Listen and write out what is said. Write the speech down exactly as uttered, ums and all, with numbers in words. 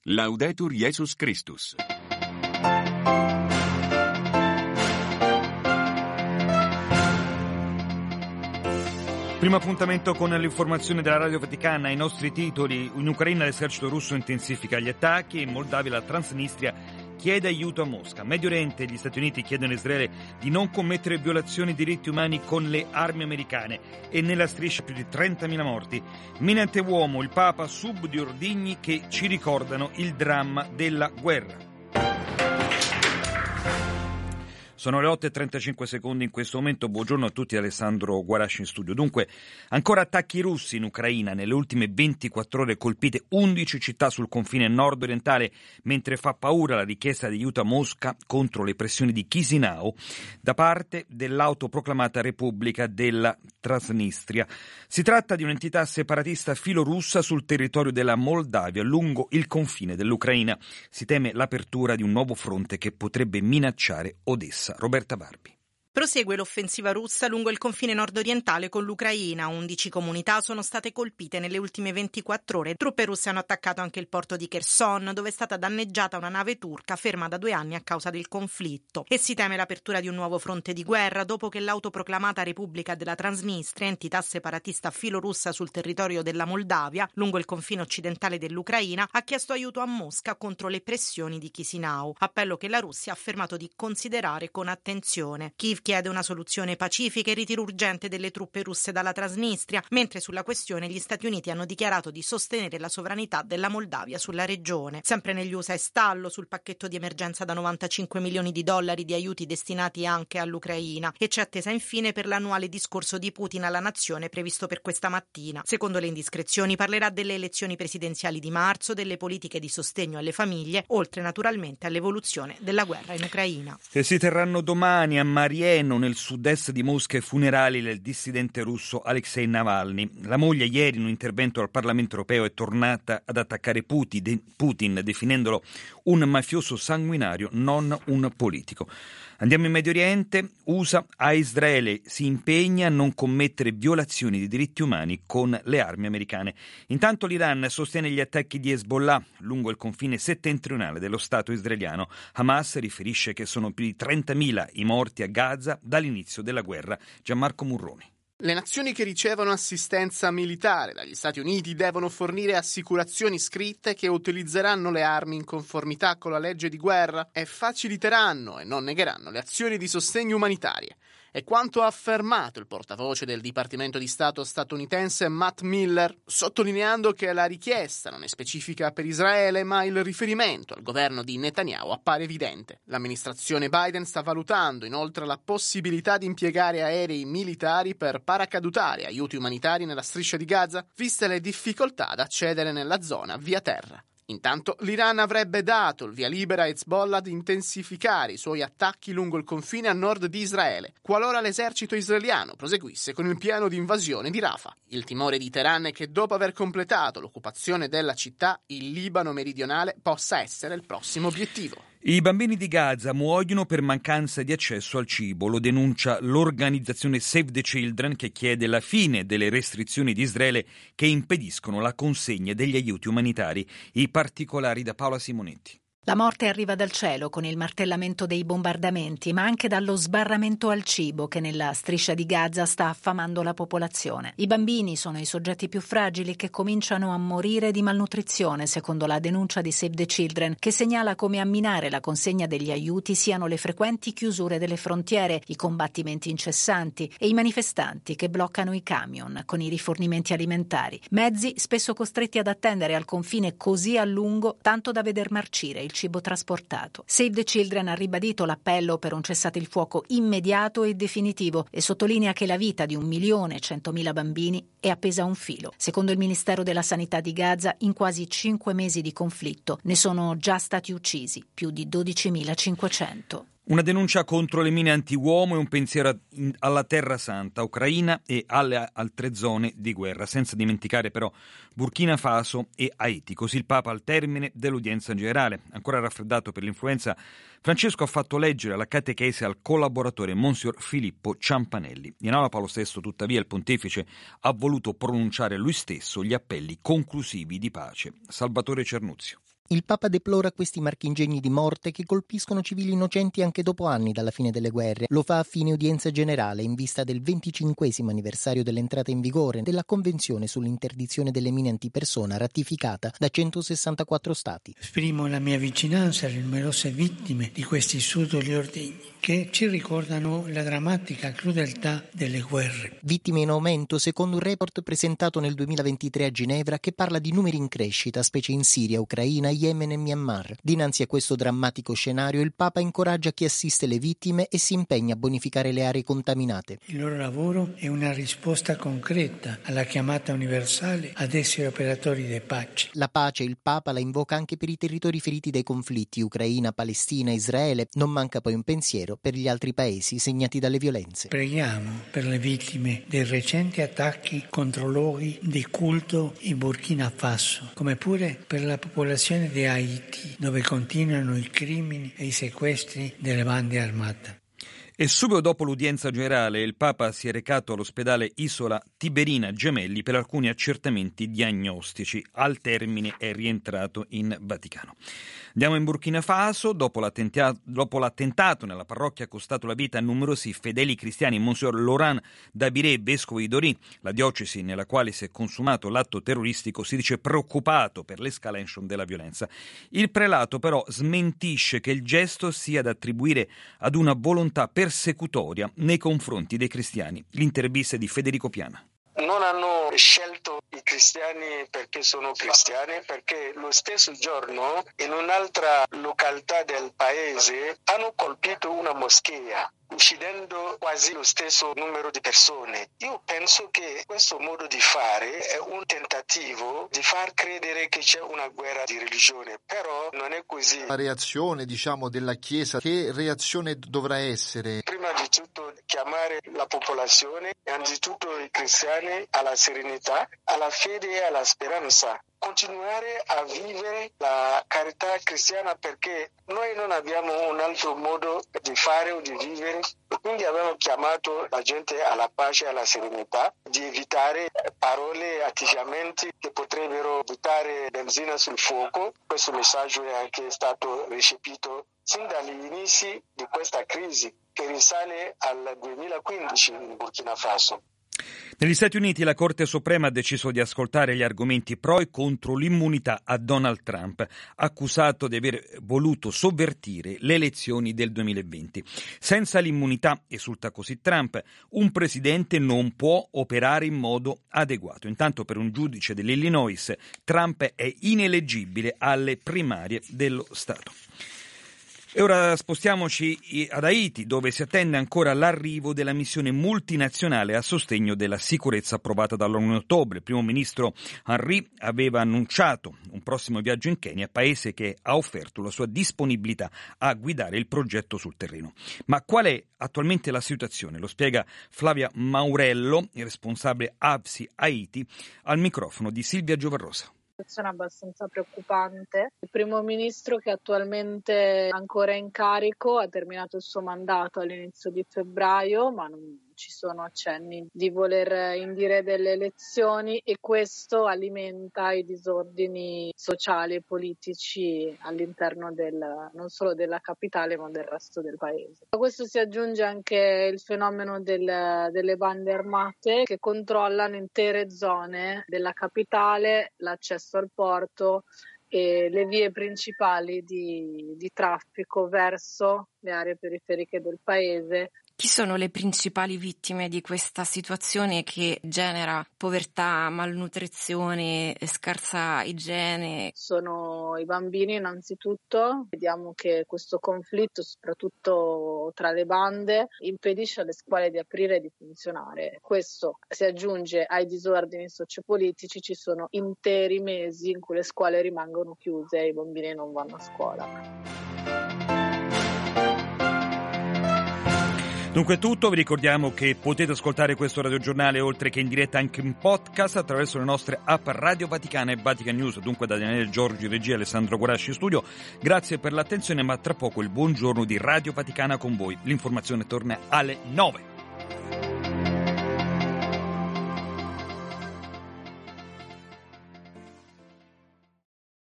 Laudetur Jesus Christus. Primo appuntamento con l'informazione della Radio Vaticana. I nostri titoli: in Ucraina l'esercito russo intensifica gli attacchi, in Moldavia la Transnistria chiede aiuto a Mosca. Medio Oriente, gli Stati Uniti chiedono a Israele di non commettere violazioni dei diritti umani con le armi americane, e nella striscia più di trentamila morti. Minante uomo, il Papa sub di ordigni che ci ricordano il dramma della guerra. Sono le otto e trentacinque secondi in questo momento. Buongiorno a tutti, Alessandro Guarasci in studio. Dunque, ancora attacchi russi in Ucraina. Nelle ultime ventiquattro ore colpite undici città sul confine nord-orientale, mentre fa paura la richiesta di aiuto a Mosca contro le pressioni di Chisinau da parte dell'autoproclamata Repubblica della Transnistria. Si tratta di un'entità separatista filorussa sul territorio della Moldavia, lungo il confine dell'Ucraina. Si teme l'apertura di un nuovo fronte che potrebbe minacciare Odessa. Roberta Barbi. Prosegue l'offensiva russa lungo il confine nord-orientale con l'Ucraina. undici comunità sono state colpite nelle ultime ventiquattro ore. Truppe russe hanno attaccato anche il porto di Kherson, dove è stata danneggiata una nave turca ferma da due anni a causa del conflitto. E si teme l'apertura di un nuovo fronte di guerra dopo che l'autoproclamata Repubblica della Transnistria, entità separatista filorussa sul territorio della Moldavia, lungo il confine occidentale dell'Ucraina, ha chiesto aiuto a Mosca contro le pressioni di Chisinau. Appello che la Russia ha affermato di considerare con attenzione. Kiev chiede una soluzione pacifica e il ritiro urgente delle truppe russe dalla Transnistria, mentre sulla questione gli Stati Uniti hanno dichiarato di sostenere la sovranità della Moldavia sulla regione. Sempre negli U S A è stallo sul pacchetto di emergenza da novantacinque milioni di dollari di aiuti destinati anche all'Ucraina, e c'è attesa infine per l'annuale discorso di Putin alla nazione previsto per questa mattina. Secondo le indiscrezioni parlerà delle elezioni presidenziali di marzo, delle politiche di sostegno alle famiglie, oltre naturalmente all'evoluzione della guerra in Ucraina. E si terranno domani a Marieno, nel sud-est di Mosca, i funerali del dissidente russo Alexei Navalny. La moglie ieri in un intervento al Parlamento europeo è tornata ad attaccare Putin, Putin definendolo un mafioso sanguinario, non un politico. Andiamo in Medio Oriente. U S A a Israele si impegna a non commettere violazioni dei diritti umani con le armi americane. Intanto l'Iran sostiene gli attacchi di Hezbollah lungo il confine settentrionale dello Stato israeliano. Hamas riferisce che sono più di trentamila i morti a Gaza dall'inizio della guerra. Gianmarco Murroni. Le nazioni che ricevono assistenza militare dagli Stati Uniti devono fornire assicurazioni scritte che utilizzeranno le armi in conformità con la legge di guerra e faciliteranno e non negheranno le azioni di sostegno umanitarie. È quanto ha affermato il portavoce del Dipartimento di Stato statunitense Matt Miller, sottolineando che la richiesta non è specifica per Israele, ma il riferimento al governo di Netanyahu appare evidente. L'amministrazione Biden sta valutando inoltre la possibilità di impiegare aerei militari per paracadutare aiuti umanitari nella striscia di Gaza, viste le difficoltà ad accedere nella zona via terra. Intanto l'Iran avrebbe dato il via libera a Hezbollah di intensificare i suoi attacchi lungo il confine a nord di Israele, qualora l'esercito israeliano proseguisse con il piano di invasione di Rafah. Il timore di Teheran è che dopo aver completato l'occupazione della città, il Libano meridionale possa essere il prossimo obiettivo. I bambini di Gaza muoiono per mancanza di accesso al cibo. Lo denuncia l'organizzazione Save the Children, che chiede la fine delle restrizioni di Israele che impediscono la consegna degli aiuti umanitari. I particolari da Paola Simonetti. La morte arriva dal cielo con il martellamento dei bombardamenti, ma anche dallo sbarramento al cibo che nella striscia di Gaza sta affamando la popolazione. I bambini sono i soggetti più fragili che cominciano a morire di malnutrizione, secondo la denuncia di Save the Children, che segnala come a minare la consegna degli aiuti siano le frequenti chiusure delle frontiere, i combattimenti incessanti e i manifestanti che bloccano i camion con i rifornimenti alimentari. Mezzi spesso costretti ad attendere al confine così a lungo, tanto da veder marcire il cibo trasportato. Save the Children ha ribadito l'appello per un cessate il fuoco immediato e definitivo e sottolinea che la vita di un milione e centomila bambini è appesa a un filo. Secondo il Ministero della Sanità di Gaza, in quasi cinque mesi di conflitto ne sono già stati uccisi più di dodicimilacinquecento. Una denuncia contro le mine antiuomo e un pensiero alla Terra Santa, Ucraina e alle altre zone di guerra, senza dimenticare però Burkina Faso e Haiti. Così il Papa al termine dell'udienza generale. Ancora raffreddato per l'influenza, Francesco ha fatto leggere la catechesi al collaboratore Monsignor Filippo Ciampanelli. In aula Paolo sesto, tuttavia, il pontefice ha voluto pronunciare lui stesso gli appelli conclusivi di pace. Salvatore Cernuzio. Il Papa deplora questi marchingegni di morte che colpiscono civili innocenti anche dopo anni dalla fine delle guerre. Lo fa a fine udienza generale in vista del venticinquesimo anniversario dell'entrata in vigore della Convenzione sull'interdizione delle mine antipersona ratificata da centosessantaquattro Stati. Esprimo la mia vicinanza alle numerose vittime di questi subdoli ordigni che ci ricordano la drammatica crudeltà delle guerre. Vittime in aumento secondo un report presentato nel duemilaventitré a Ginevra che parla di numeri in crescita, specie in Siria, Ucraina, Yemen e Myanmar. Dinanzi a questo drammatico scenario il Papa incoraggia chi assiste le vittime e si impegna a bonificare le aree contaminate. Il loro lavoro è una risposta concreta alla chiamata universale ad essere operatori di pace. La pace il Papa la invoca anche per i territori feriti dai conflitti Ucraina, Palestina, Israele. Non manca poi un pensiero per gli altri paesi segnati dalle violenze. Preghiamo per le vittime dei recenti attacchi contro luoghi di culto in Burkina Faso, come pure per la popolazione di Haiti, dove continuano i crimini e i sequestri delle bande armate. E subito dopo l'udienza generale il Papa si è recato all'ospedale Isola Tiberina Gemelli per alcuni accertamenti diagnostici. Al termine è rientrato in Vaticano. Andiamo in Burkina Faso. Dopo l'attentato, dopo l'attentato nella parrocchia ha costato la vita a numerosi fedeli cristiani, Monsignor Laurent Dabiré, vescovo di Dori, la diocesi nella quale si è consumato l'atto terroristico, si dice preoccupato per l'escalation della violenza. Il prelato però smentisce che il gesto sia da attribuire ad una volontà persecutoria nei confronti dei cristiani. L'intervista di Federico Piana. Non hanno scelto i cristiani perché sono cristiani, perché lo stesso giorno in un'altra località del paese hanno colpito una moschea, uccidendo quasi lo stesso numero di persone. Io penso che questo modo di fare è un tentativo di far credere che c'è una guerra di religione, però non è così. La reazione, diciamo, della Chiesa, che reazione dovrà essere? Prima di tutto chiamare la popolazione, innanzitutto i cristiani, alla serenità, alla fede e alla speranza. Continuare a vivere la carità cristiana, perché noi non abbiamo un altro modo di fare o di vivere, e quindi abbiamo chiamato la gente alla pace e alla serenità, di evitare parole e atteggiamenti che potrebbero buttare benzina sul fuoco. Questo messaggio è anche stato recepito sin dagli inizi di questa crisi che risale al duemilaquindici in Burkina Faso. Negli Stati Uniti la Corte Suprema ha deciso di ascoltare gli argomenti pro e contro l'immunità a Donald Trump, accusato di aver voluto sovvertire le elezioni del duemilaventi. Senza l'immunità, esulta così Trump, un presidente non può operare in modo adeguato. Intanto per un giudice dell'Illinois Trump è ineleggibile alle primarie dello Stato. E ora spostiamoci ad Haiti, dove si attende ancora l'arrivo della missione multinazionale a sostegno della sicurezza approvata dall'ONU in ottobre. Il primo ministro Henry aveva annunciato un prossimo viaggio in Kenya, paese che ha offerto la sua disponibilità a guidare il progetto sul terreno. Ma qual è attualmente la situazione? Lo spiega Flavia Maurello, il responsabile A V S I Haiti, al microfono di Silvia Giovarrosa. Situazione abbastanza preoccupante. Il primo ministro, che attualmente è ancora in carico, ha terminato il suo mandato all'inizio di febbraio, ma non ci sono accenni di voler indire delle elezioni, e questo alimenta i disordini sociali e politici all'interno del, non solo della capitale ma del resto del paese. A questo si aggiunge anche il fenomeno del, delle bande armate che controllano intere zone della capitale, l'accesso al porto e le vie principali di, di traffico verso le aree periferiche del paese. Chi sono le principali vittime di questa situazione che genera povertà, malnutrizione, scarsa igiene? Sono i bambini innanzitutto. Vediamo che questo conflitto, soprattutto tra le bande, impedisce alle scuole di aprire e di funzionare. Questo si aggiunge ai disordini sociopolitici. Ci sono interi mesi in cui le scuole rimangono chiuse e i bambini non vanno a scuola. Dunque è tutto, vi ricordiamo che potete ascoltare questo radiogiornale oltre che in diretta anche in podcast attraverso le nostre app Radio Vaticana e Vatican News. Dunque da Daniele Giorgi, regia, Alessandro Guarasci studio, grazie per l'attenzione, ma tra poco il buongiorno di Radio Vaticana con voi. L'informazione torna alle nove.